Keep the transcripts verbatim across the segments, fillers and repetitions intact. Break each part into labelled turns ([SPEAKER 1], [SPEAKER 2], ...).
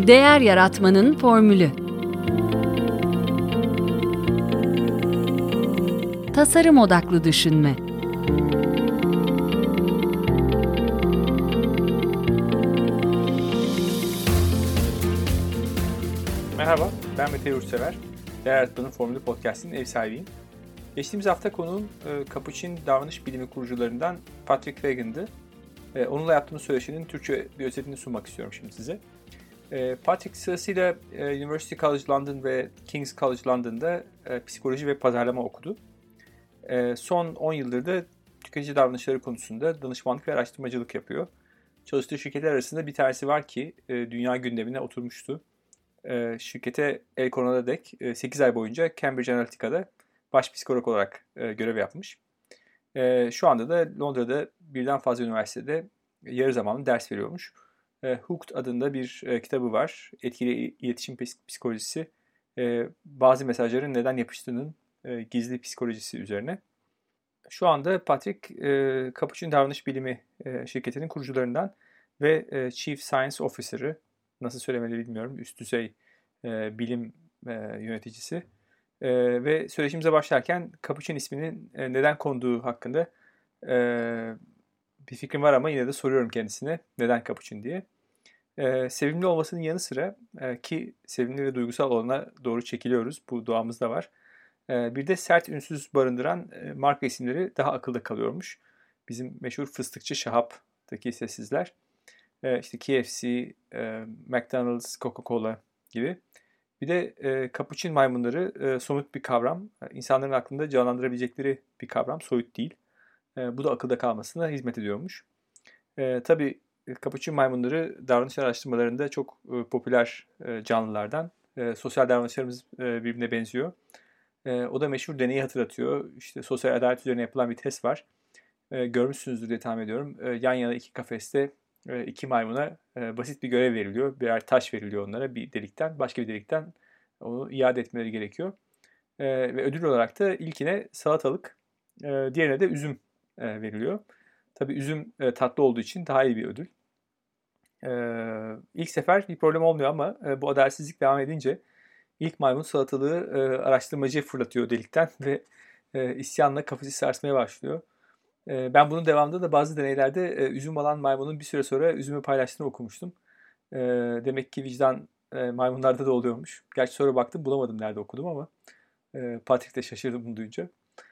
[SPEAKER 1] Değer yaratmanın formülü. Tasarım odaklı düşünme.
[SPEAKER 2] Merhaba, ben Mete Yurtsever. Değer Yaratmanın Formülü Podcast'inin ev sahibiyim. Geçtiğimiz hafta konuğum e, Capuchin davranış bilimi kurucularından Patrick Fagan'dı. E, onunla yaptığımız söyleşinin Türkçe bir özetini sunmak istiyorum şimdi size. E, Patrick sırasıyla e, University College London ve King's College London'da e, psikoloji ve pazarlama okudu. E, son on yıldır da tüketici davranışları konusunda danışmanlık ve araştırmacılık yapıyor. Çalıştığı şirketler arasında bir tanesi var ki e, dünya gündemine oturmuştu. E, şirkete el konana dek e, sekiz ay boyunca Cambridge Analytica'da baş psikolog olarak e, görev yapmış. E, şu anda da Londra'da birden fazla üniversitede yarı zamanlı ders veriyormuş. E, Hooked adında bir e, kitabı var. Etkili iletişim psikolojisi. E, bazı mesajların neden yapıştığının e, gizli psikolojisi üzerine. Şu anda Patrick, e, Capuchin Davranış Bilimi e, şirketinin kurucularından ve e, Chief Science Officer'ı, nasıl söylemeli bilmiyorum, üst düzey e, bilim e, yöneticisi. E, ve söyleşimize başlarken Capuchin isminin e, neden konduğu hakkında e, bir fikrim var ama yine de soruyorum kendisine neden Capuchin diye. E, sevimli olmasının yanı sıra e, ki sevimli ve duygusal olana doğru çekiliyoruz, bu doğamızda var. Bir de sert ünsüz barındıran marka isimleri daha akılda kalıyormuş. Bizim meşhur fıstıkçı Şahap'taki sessizler. İşte K F C, McDonald's, Coca-Cola gibi. Bir de Capuchin maymunları somut bir kavram. İnsanların aklında canlandırabilecekleri bir kavram, soyut değil. Bu da akılda kalmasına hizmet ediyormuş. Tabii Capuchin maymunları davranış araştırmalarında çok popüler canlılardan. Sosyal davranışlarımız birbirine benziyor. E, o da meşhur deneyi hatırlatıyor. İşte sosyal adalet üzerine yapılan bir test var. E, görmüşsünüzdür diye tahmin ediyorum. E, yan yana iki kafeste e, iki maymuna e, basit bir görev veriliyor. Birer taş veriliyor onlara bir delikten. Başka bir delikten onu iade etmeleri gerekiyor. E, ve ödül olarak da ilkine salatalık, e, diğerine de üzüm e, veriliyor. Tabii üzüm e, tatlı olduğu için daha iyi bir ödül. E, ilk sefer bir problem olmuyor ama e, bu adaletsizlik devam edince İlk maymun salatalığı e, araştırmacıya fırlatıyor delikten ve e, isyanla kafesi sarsmaya başlıyor. E, ben bunun devamında da bazı deneylerde e, üzüm alan maymunun bir süre sonra üzümü paylaştığını okumuştum. E, demek ki vicdan e, maymunlarda da oluyormuş. Gerçi sonra baktım bulamadım nerede okudum ama e, Patrick de şaşırdı bunu duyunca.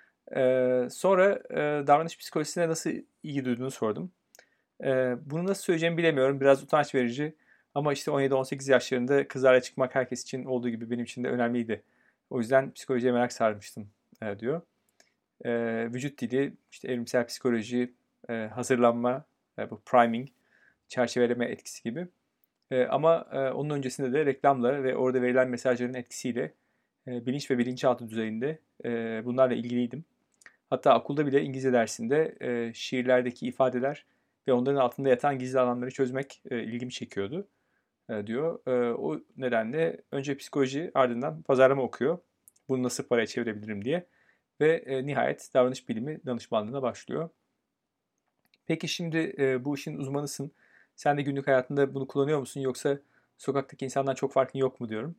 [SPEAKER 2] E, sonra e, davranış psikolojisine nasıl ilgi duyduğunu sordum. E, bunu nasıl söyleyeceğimi bilemiyorum. Biraz utanç verici. Ama işte on yedi on sekiz yaşlarında kızlarla çıkmak herkes için olduğu gibi benim için de önemliydi. O yüzden psikolojiye merak sarmıştım e, diyor. E, vücut dili, işte evrimsel psikoloji, e, hazırlanma, e, bu priming, çerçeveleme etkisi gibi. E, ama e, onun öncesinde de reklamla ve orada verilen mesajların etkisiyle e, bilinç ve bilinçaltı düzeyinde e, bunlarla ilgiliydim. Hatta okulda bile İngilizce dersinde e, şiirlerdeki ifadeler ve onların altında yatan gizli alanları çözmek e, ilgimi çekiyordu diyor. O nedenle önce psikoloji ardından pazarlama okuyor. Bunu nasıl paraya çevirebilirim diye. Ve nihayet davranış bilimi danışmanlığına başlıyor. Peki şimdi bu işin uzmanısın. Sen de günlük hayatında bunu kullanıyor musun? Yoksa sokaktaki insandan çok farkın yok mu diyorum.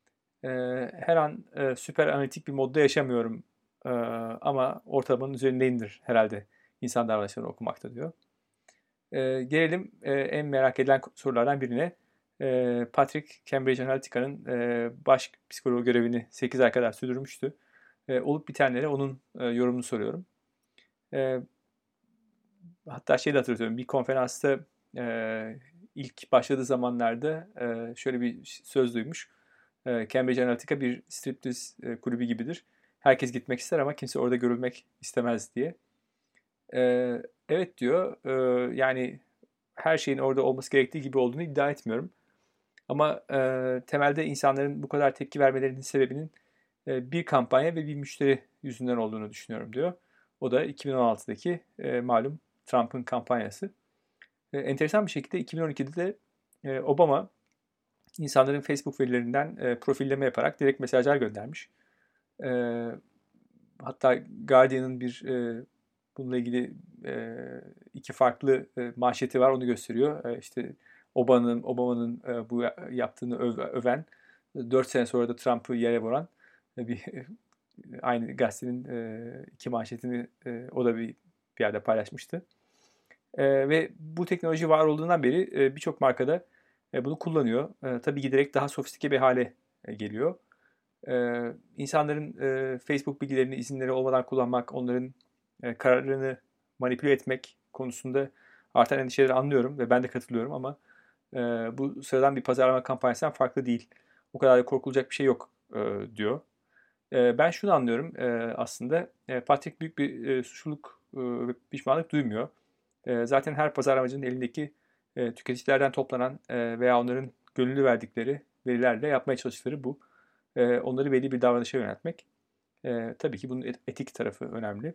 [SPEAKER 2] Her an süper analitik bir modda yaşamıyorum. Ama ortalamanın üzerindeyimdir herhalde insan davranışlarını okumakta diyor. Gelelim en merak edilen sorulardan birine. Patrick, Cambridge Analytica'nın baş psikoloğu görevini sekiz ay kadar sürdürmüştü. Olup bitenlere onun yorumunu soruyorum. Hatta şey de hatırlıyorum, bir konferansta ilk başladığı zamanlarda şöyle bir söz duymuş. Cambridge Analytica bir striptiz kulübü gibidir. Herkes gitmek ister ama kimse orada görülmek istemez diye. Evet diyor, yani her şeyin orada olması gerektiği gibi olduğunu iddia etmiyorum. Ama e, temelde insanların bu kadar tepki vermelerinin sebebinin e, bir kampanya ve bir müşteri yüzünden olduğunu düşünüyorum diyor. O da iki bin on altıdaki e, malum Trump'ın kampanyası. E, enteresan bir şekilde iki bin on ikide de e, Obama insanların Facebook verilerinden e, profilleme yaparak direkt mesajlar göndermiş. E, hatta Guardian'ın bir e, bununla ilgili e, iki farklı e, manşeti var, onu gösteriyor. E, işte Obama'nın Obama'nın e, bu yaptığını öv, öven, dört sene sonra da Trump'ı yere vuran e, bir aynı gazetenin e, iki manşetini e, o da bir, bir yerde paylaşmıştı. E, ve bu teknoloji var olduğundan beri e, birçok markada e, bunu kullanıyor. E, tabii giderek daha sofistike bir hale e, geliyor. E, insanların e, Facebook bilgilerini izinleri olmadan kullanmak, onların e, kararlarını manipüle etmek konusunda artan endişeleri anlıyorum ve ben de katılıyorum ama e, bu sıradan bir pazarlama kampanyasından farklı değil. O kadar da korkulacak bir şey yok e, diyor. E, ben şunu anlıyorum e, aslında. E, Patrick büyük bir e, suçluluk e, ve pişmanlık duymuyor. E, zaten her pazarlamacının elindeki e, tüketicilerden toplanan e, veya onların gönüllü verdikleri verilerle yapmaya çalıştıkları bu. E, onları belli bir davranışa yöneltmek. E, tabii ki bunun etik tarafı önemli.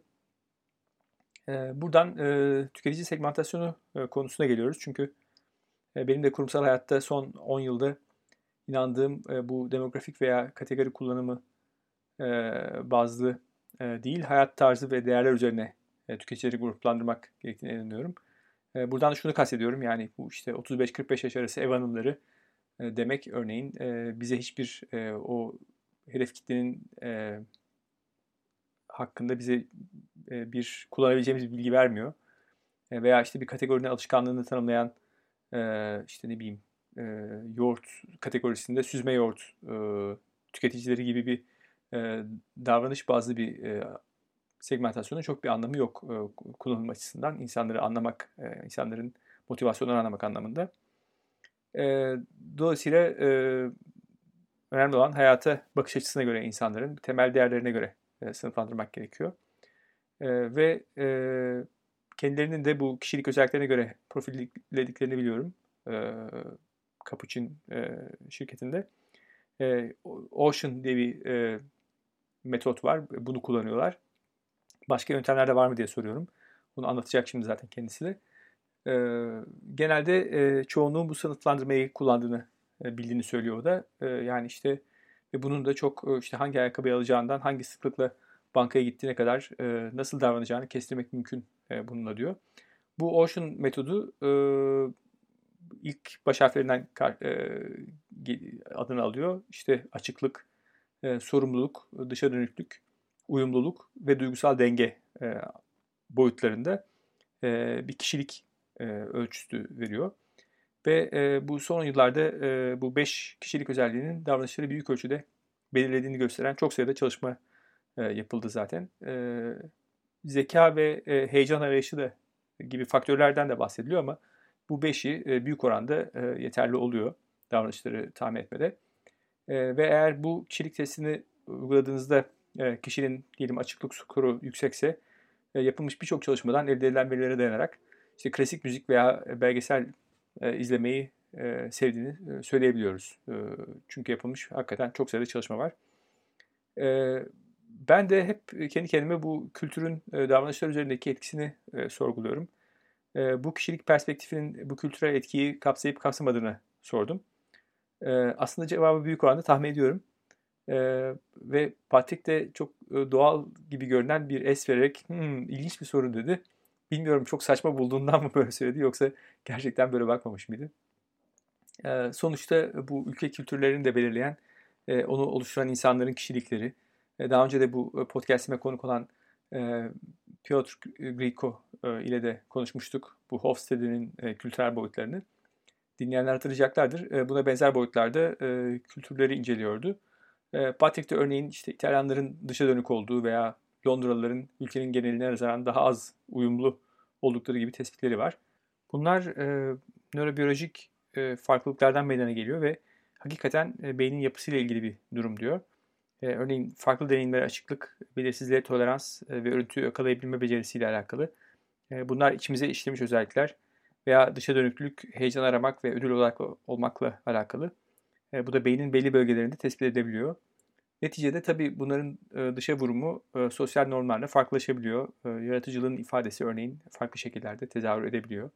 [SPEAKER 2] E, buradan e, tüketici segmentasyonu e, konusuna geliyoruz. Çünkü e, benim de kurumsal hayatta son on yılda inandığım e, bu demografik veya kategori kullanımı e, bazlı e, değil, hayat tarzı ve değerler üzerine e, tüketicileri gruplandırmak gerektiğine inanıyorum. E, buradan da şunu kastediyorum, yani bu işte otuz beş kırk beş yaş arası ev hanımları e, demek örneğin e, bize hiçbir e, o hedef kitlenin e, hakkında bize e, bir kullanabileceğimiz bir bilgi vermiyor. E, veya işte bir kategorinin alışkanlığını tanımlayan e, işte ne bileyim e, yoğurt kategorisinde süzme yoğurt e, tüketicileri gibi bir e, davranış bazlı bir e, segmentasyonun çok bir anlamı yok e, kullanım açısından. İnsanları anlamak, e, insanların motivasyonlarını anlamak anlamında. E, dolayısıyla e, önemli olan hayata bakış açısına göre insanların temel değerlerine göre e, sınıflandırmak gerekiyor. E, ve e, kendilerinin de bu kişilik özelliklerine göre profillediklerini biliyorum. E, Capuchin e, şirketinde. E, Ocean diye bir e, metot var. Bunu kullanıyorlar. Başka yöntemler de var mı diye soruyorum. Bunu anlatacak şimdi zaten kendisi de. E, genelde e, çoğunluğun bu sınıflandırmayı kullandığını e, bildiğini söylüyor o da. E, yani işte ve bunun da çok e, işte hangi ayakkabıyı alacağından, hangi sıklıkla bankaya gittiğine kadar e, nasıl davranacağını kestirmek mümkün e, bununla diyor. Bu Ocean metodu e, ilk baş harflerinden e, adını alıyor. İşte açıklık, e, sorumluluk, dışa dönüklük, uyumluluk ve duygusal denge e, boyutlarında e, bir kişilik e, ölçüsü veriyor. Ve e, bu son yıllarda e, bu beş kişilik özelliğinin davranışları büyük ölçüde belirlediğini gösteren çok sayıda çalışma e, yapıldı zaten. E, zeka ve e, heyecan arayışı da gibi faktörlerden de bahsediliyor ama bu beşi e, büyük oranda e, yeterli oluyor davranışları tahmin etmede. E, ve eğer bu kişilik testini uyguladığınızda e, kişinin diyelim açıklık skoru yüksekse e, yapılmış birçok çalışmadan elde edilen verilere dayanarak işte klasik müzik veya belgesel e, izlemeyi e, sevdiğini e, söyleyebiliyoruz. E, çünkü yapılmış hakikaten çok sayıda çalışma var. E, ben de hep kendi kendime bu kültürün e, davranışlar üzerindeki etkisini e, sorguluyorum. E, bu kişilik perspektifinin bu kültürel etkiyi kapsayıp kapsamadığını sordum. E, aslında cevabı büyük oranda tahmin ediyorum. E, ve Patrick de çok e, doğal gibi görünen bir es vererek hmm, ilginç bir soru dedi. Bilmiyorum çok saçma bulduğundan mı böyle söyledi yoksa gerçekten böyle bakmamış mıydı? E, sonuçta bu ülke kültürlerini de belirleyen, e, onu oluşturan insanların kişilikleri. E, daha önce de bu podcastime konuk olan e, Piotr Griko e, ile de konuşmuştuk. Bu Hofstede'nin e, kültürel boyutlarını. Dinleyenler hatırlayacaklardır. E, buna benzer boyutlarda e, kültürleri inceliyordu. E, Patrick de örneğin işte İtalyanların dışa dönük olduğu veya Londralıların ülkenin geneline nazaran daha az uyumlu oldukları gibi tespitleri var. Bunlar e, nörobiyolojik e, farklılıklardan meydana geliyor ve hakikaten e, beynin yapısıyla ilgili bir durum diyor. E, örneğin farklı deneyimlere açıklık, belirsizliğe tolerans e, ve örüntüyü yakalayabilme becerisiyle alakalı. E, bunlar içimize işlemiş özellikler veya dışa dönüklülük, heyecan aramak ve ödül odaklı olmakla alakalı. E, bu da beynin belli bölgelerinde tespit edilebiliyor. Neticede tabii bunların e, dışa vurumu e, sosyal normlarla farklılaşabiliyor. E, yaratıcılığın ifadesi örneğin farklı şekillerde tezahür edebiliyor.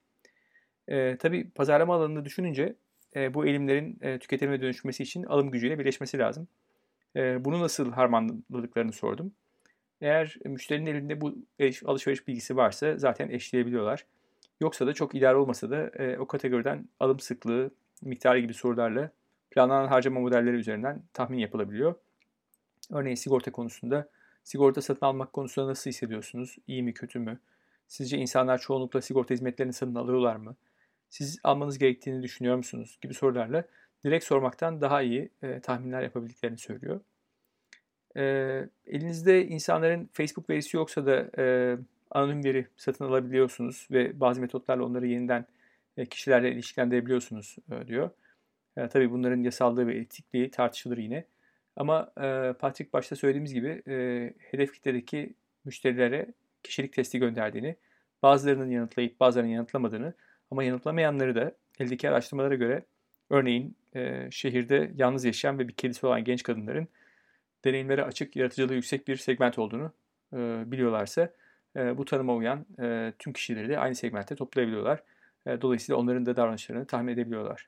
[SPEAKER 2] E, tabii pazarlama alanında düşününce e, bu eğilimlerin e, tüketime dönüşmesi için alım gücüyle birleşmesi lazım. E, bunu nasıl harmanladıklarını sordum. Eğer müşterinin elinde bu alışveriş bilgisi varsa zaten eşleyebiliyorlar. Yoksa da çok idare olmasa da e, o kategoriden alım sıklığı, miktarı gibi sorularla planlanan harcama modelleri üzerinden tahmin yapılabiliyor. Örneğin sigorta konusunda, sigorta satın almak konusunda nasıl hissediyorsunuz? İyi mi, kötü mü? Sizce insanlar çoğunlukla sigorta hizmetlerini satın alıyorlar mı? Siz almanız gerektiğini düşünüyor musunuz? Gibi sorularla direkt sormaktan daha iyi e, tahminler yapabildiklerini söylüyor. E, elinizde insanların Facebook verisi yoksa da e, anonim veri satın alabiliyorsunuz ve bazı metotlarla onları yeniden e, kişilerle ilişkilendirebiliyorsunuz e, diyor. E, tabii bunların yasallığı ve etikliği tartışılır yine. Ama e, Patrick başta söylediğimiz gibi e, hedef kitledeki müşterilere kişilik testi gönderdiğini, bazılarının yanıtlayıp bazılarının yanıtlamadığını ama yanıtlamayanları da eldeki araştırmalara göre örneğin e, şehirde yalnız yaşayan ve bir kedisi olan genç kadınların deneyimlere açık, yaratıcılığı yüksek bir segment olduğunu e, biliyorlarsa e, bu tanıma uyan e, tüm kişileri de aynı segmentte toplayabiliyorlar. E, dolayısıyla onların da davranışlarını tahmin edebiliyorlar.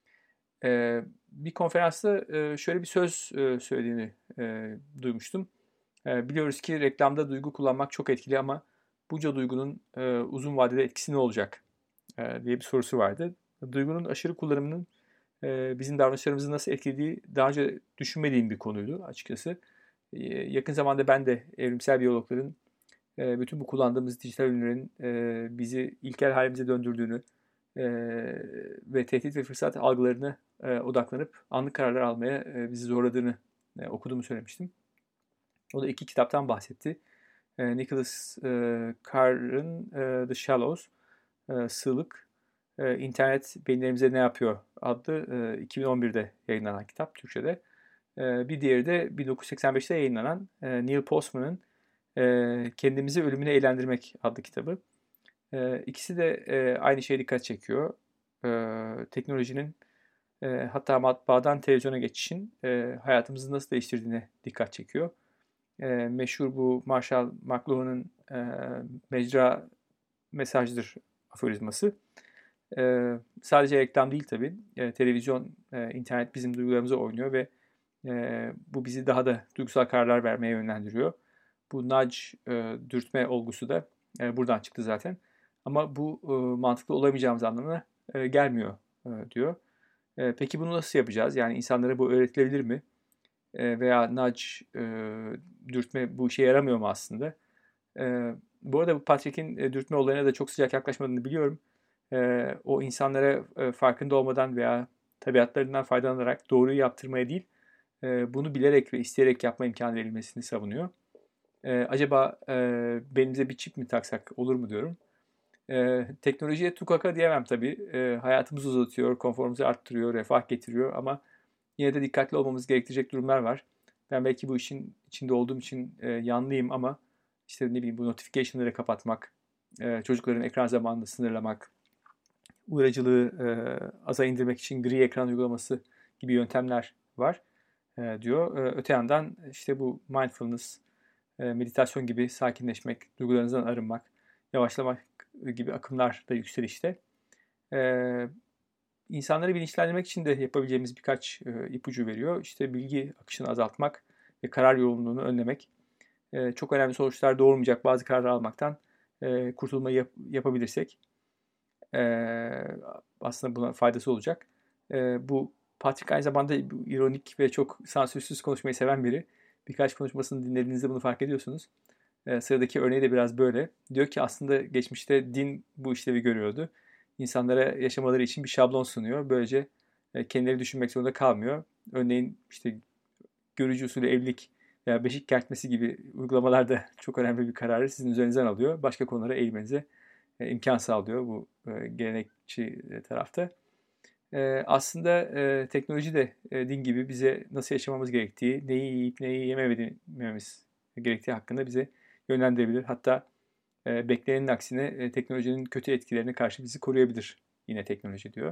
[SPEAKER 2] E, bir konferansta e, şöyle bir söz e, söylediğini e, duymuştum. E, biliyoruz ki reklamda duygu kullanmak çok etkili ama bunca duygunun e, uzun vadede etkisi ne olacak e, diye bir sorusu vardı. Duygunun aşırı kullanımının e, bizim davranışlarımızı nasıl etkilediği daha önce düşünmediğim bir konuydu açıkçası. E, yakın zamanda ben de evrimsel biyologların e, bütün bu kullandığımız dijital ürünlerin e, bizi ilkel halimize döndürdüğünü e, ve tehdit ve fırsat algılarına e, odaklanıp anlık kararlar almaya e, bizi zorladığını e, okuduğumu söylemiştim. O da iki kitaptan bahsetti. E, Nicholas e, Carr'ın e, The Shallows, e, Sığlık, e, İnternet Beyinlerimize Ne Yapıyor adlı e, iki bin on birde yayınlanan kitap Türkçe'de. E, bir diğeri de bin dokuz yüz seksen beşte yayınlanan e, Neil Postman'ın e, Kendimizi Ölümüne Eğlendirmek adlı kitabı. E, ikisi de e, aynı şeye dikkat çekiyor. E, teknolojinin e, hatta matbaadan televizyona geçişin e, hayatımızı nasıl değiştirdiğine dikkat çekiyor. E, meşhur bu Marshall McLuhan'ın e, mecra mesajdır aforizması. E, sadece reklam değil tabii. E, televizyon, e, internet bizim duygularımıza oynuyor ve e, bu bizi daha da duygusal kararlar vermeye yönlendiriyor. Bu nudge, e, dürtme olgusu da e, buradan çıktı zaten. Ama bu e, mantıklı olamayacağımız anlamına e, gelmiyor e, diyor. E, peki bunu nasıl yapacağız? Yani insanlara bu öğretilebilir mi? E, veya nudge, e, dürtme bu işe yaramıyor mu aslında? E, bu arada bu Patrick'in e, dürtme olayına da çok sıcak yaklaşmadığını biliyorum. E, o insanlara e, farkında olmadan veya tabiatlarından faydalanarak doğruyu yaptırmaya değil, e, bunu bilerek ve isteyerek yapma imkanı verilmesini savunuyor. E, acaba e, belimize bir çip mi taksak olur mu diyorum. E, teknolojiye tukaka diyemem tabii. E, hayatımızı uzatıyor, konforumuzu arttırıyor, refah getiriyor ama yine de dikkatli olmamız gerektirecek durumlar var. Ben belki bu işin içinde olduğum için e, yanlıyım ama işte ne bileyim bu notification'ları kapatmak, e, çocukların ekran zamanını sınırlamak, uyarıcılığı e, aza indirmek için gri ekran uygulaması gibi yöntemler var e, diyor. E, öte yandan işte bu mindfulness, e, meditasyon gibi sakinleşmek, duygularınızdan arınmak, yavaşlamak gibi akımlar da yükselişte. E, insanları bilinçlendirmek için de yapabileceğimiz birkaç e, ipucu veriyor. İşte bilgi akışını azaltmak ve karar yoğunluğunu önlemek. E, çok önemli sonuçlar doğurmayacak bazı kararlar almaktan e, kurtulmayı yap- yapabilirsek e, aslında buna faydası olacak. E, bu Patrick aynı zamanda ironik ve çok sansürsüz konuşmayı seven biri. Birkaç konuşmasını dinlediğinizde bunu fark ediyorsunuz. E, sıradaki örneği de biraz böyle. Diyor ki aslında geçmişte din bu işlevi görüyordu. İnsanlara yaşamaları için bir şablon sunuyor. Böylece e, kendileri düşünmek zorunda kalmıyor. Örneğin işte görücü usulü evlilik veya beşik kertmesi gibi uygulamalarda çok önemli bir kararı sizin üzerinizden alıyor. Başka konulara eğilmenize e, imkan sağlıyor bu e, gelenekçi e, tarafta. E, aslında e, teknoloji de e, din gibi bize nasıl yaşamamız gerektiği, neyi yiyip neyi yemememiz gerektiği hakkında bize yönlendirebilir. Hatta e, beklenenin aksine e, teknolojinin kötü etkilerine karşı bizi koruyabilir yine teknoloji diyor.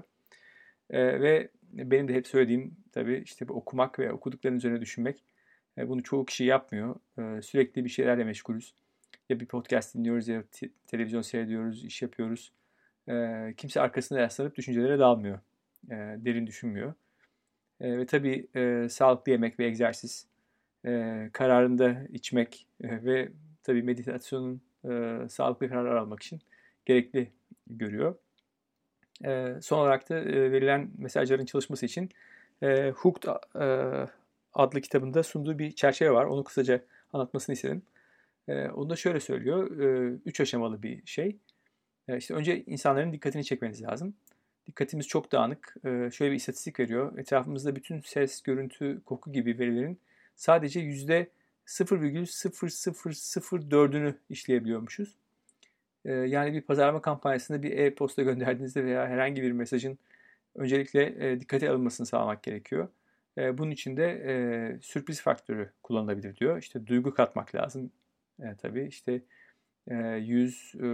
[SPEAKER 2] E, ve benim de hep söylediğim tabii işte bu okumak ve okudukların üzerine düşünmek. E, bunu çoğu kişi yapmıyor. E, sürekli bir şeylerle meşgulüz. Ya bir podcast dinliyoruz ya te- televizyon seyrediyoruz, iş yapıyoruz. E, kimse arkasında yaslanıp düşüncelere dalmıyor. E, derin düşünmüyor. E, ve tabii e, sağlıklı yemek ve egzersiz, e, kararında içmek e, ve tabii meditasyonun e, sağlıklı kararlar almak için gerekli görüyor. E, son olarak da e, verilen mesajların çalışması için e, Hooked e, adlı kitabında sunduğu bir çerçeve var. Onu kısaca anlatmasını istedim. E, onu da şöyle söylüyor. E, üç aşamalı bir şey. E, işte önce insanların dikkatini çekmeniz lazım. Dikkatimiz çok dağınık. E, şöyle bir istatistik veriyor. Etrafımızda bütün ses, görüntü, koku gibi verilerin sadece yüzde sıfır virgül sıfır sıfır sıfır dördünü işleyebiliyormuşuz. E, yani bir pazarlama kampanyasında bir e-posta gönderdiğinizde veya herhangi bir mesajın öncelikle e, dikkate alınmasını sağlamak gerekiyor. E, bunun için de e, sürpriz faktörü kullanılabilir diyor. İşte duygu katmak lazım. E, tabii işte e, yüz e,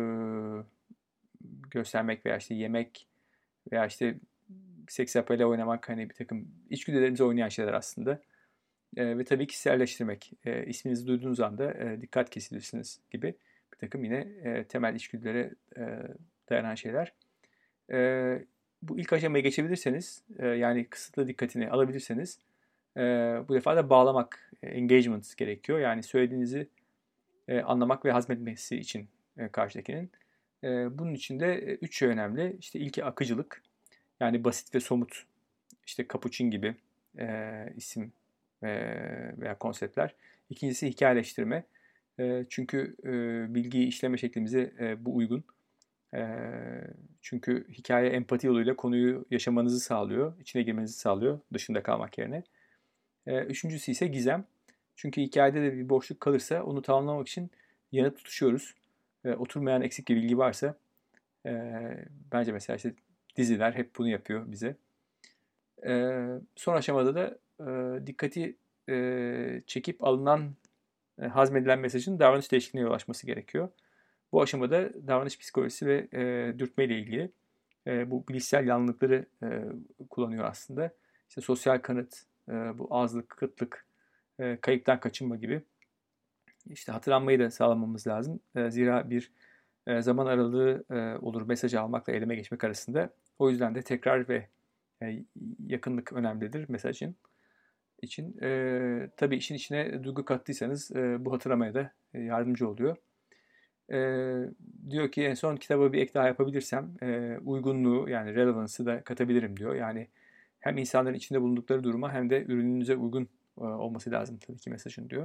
[SPEAKER 2] göstermek veya işte yemek veya işte seks apele oynamak, hani bir takım içgüdülerimize oynayan şeyler aslında. E, ve tabii kişiselleştirmek. E, isminizi duyduğunuz anda e, dikkat kesilirsiniz gibi bir takım yine e, temel içgüdülere e, dayanan şeyler. E, bu ilk aşamaya geçebilirseniz, e, yani kısıtlı dikkatini alabilirseniz, e, bu defa da bağlamak, e, engagement gerekiyor. Yani söylediğinizi e, anlamak ve hazmetmesi için e, karşıdakinin. E, bunun için de e, üç şey önemli. İşte ilki akıcılık. Yani basit ve somut. İşte Capuchin gibi e, isim e, veya konseptler. İkincisi hikayeleştirme. E, çünkü e, bilgiyi işleme şeklimize e, bu uygun. E, çünkü hikaye empati yoluyla konuyu yaşamanızı sağlıyor. İçine girmenizi sağlıyor. Dışında kalmak yerine. E, üçüncüsü ise gizem. Çünkü hikayede de bir boşluk kalırsa onu tamamlamak için yanıp tutuşuyoruz. E, oturmayan eksik bir bilgi varsa e, bence mesela işte diziler hep bunu yapıyor bize. E, son aşamada da e, dikkati e, çekip alınan, e, hazmedilen mesajın davranış değişikliğine yol açması gerekiyor. Bu aşamada davranış psikolojisi ve e, dürtme ile ilgili e, bu bilişsel yanlılıkları e, kullanıyor aslında. İşte sosyal kanıt, e, bu azlık, kıtlık, e, kayıptan kaçınma gibi. İşte hatırlanmayı da sağlamamız lazım. E, zira bir e, zaman aralığı e, olur mesajı almakla eyleme geçmek arasında. O yüzden de tekrar ve e, yakınlık önemlidir mesajın için. E, tabii işin içine duygu kattıysanız e, bu hatırlamaya da e, yardımcı oluyor. E, diyor ki en son kitaba bir ek daha yapabilirsem e, uygunluğu, yani relevance'ı da katabilirim diyor. Yani hem insanların içinde bulundukları duruma hem de ürününüze uygun e, olması lazım tabii ki mesajın diyor.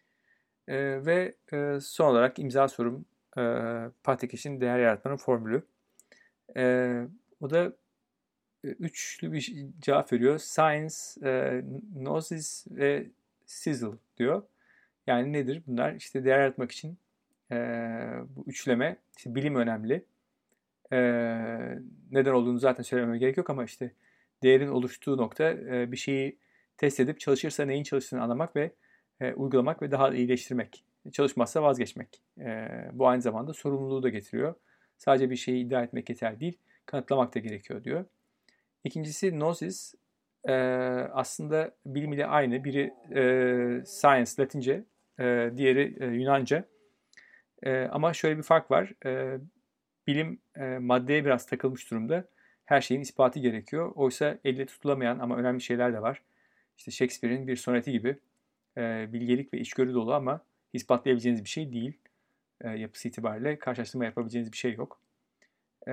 [SPEAKER 2] E, ve e, son olarak imza sorum, e, Patrick için değer yaratmanın formülü. E, o da e, üçlü bir cevap veriyor. Science, e, Gnosis ve Sizzle diyor. Yani nedir bunlar? İşte değer yaratmak için e, bu üçleme, işte bilim önemli. E, neden olduğunu zaten söylememe gerek yok ama işte değerin oluştuğu nokta e, bir şeyi test edip çalışırsa neyin çalıştığını anlamak ve e, uygulamak ve daha iyileştirmek. Çalışmazsa vazgeçmek. E, bu aynı zamanda sorumluluğu da getiriyor. Sadece bir şeyi iddia etmek yeterli değil, kanıtlamak da gerekiyor diyor. İkincisi gnosis. E, aslında bilim ile aynı. Biri e, science, Latince, e, diğeri e, Yunanca. E, ama şöyle bir fark var. E, bilim e, maddeye biraz takılmış durumda. Her şeyin ispatı gerekiyor. Oysa elle tutulamayan ama önemli şeyler de var. İşte Shakespeare'in bir soneti gibi e, bilgelik ve içgörü dolu ama ispatlayabileceğiniz bir şey değil. E, yapısı itibariyle karşılaştırma yapabileceğiniz bir şey yok. E,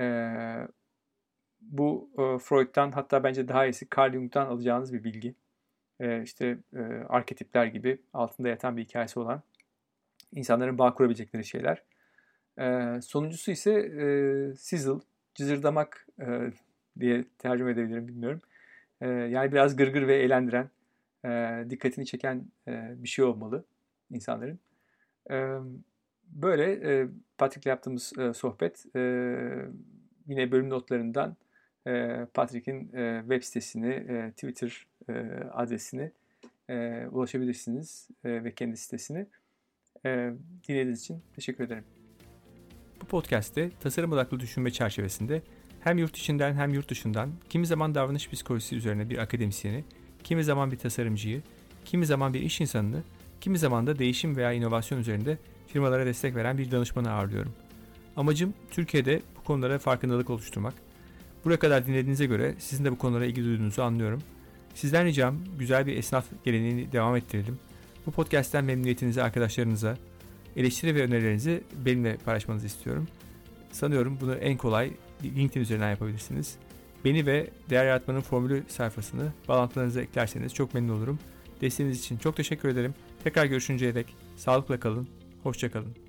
[SPEAKER 2] bu e, Freud'dan, hatta bence daha iyisi Carl Jung'dan alacağınız bir bilgi. E, işte e, arketipler gibi altında yatan bir hikayesi olan insanların bağ kurabilecekleri şeyler. E, sonuncusu ise e, sizzle, cızırdamak e, diye tercüme edebilirim, bilmiyorum. E, yani biraz gırgır ve eğlendiren, e, dikkatini çeken e, bir şey olmalı insanların. E, böyle e, Patrick'le yaptığımız e, sohbet, e, yine bölüm notlarından e, Patrick'in e, web sitesini, e, Twitter e, adresini e, ulaşabilirsiniz e, ve kendi sitesini. E, dinlediğiniz için teşekkür ederim.
[SPEAKER 3] Bu podcast'te tasarım odaklı düşünme çerçevesinde hem yurt içinden hem yurt dışından kimi zaman davranış psikolojisi üzerine bir akademisyeni, kimi zaman bir tasarımcıyı, kimi zaman bir iş insanını, kimi zaman da değişim veya inovasyon üzerinde firmalara destek veren bir danışmanı ağırlıyorum. Amacım Türkiye'de bu konulara farkındalık oluşturmak. Buraya kadar dinlediğinize göre sizin de bu konulara ilgi duyduğunuzu anlıyorum. Sizden ricam güzel bir esnaf geleneğini devam ettirelim. Bu podcast'ten memnuniyetinizi arkadaşlarınıza, eleştiri ve önerilerinizi benimle paylaşmanızı istiyorum. Sanıyorum bunu en kolay LinkedIn üzerinden yapabilirsiniz. Beni ve Değer Yaratmanın Formülü sayfasını bağlantılarınıza eklerseniz çok memnun olurum. Desteğiniz için çok teşekkür ederim. Tekrar görüşünceye dek sağlıkla kalın, hoşça kalın.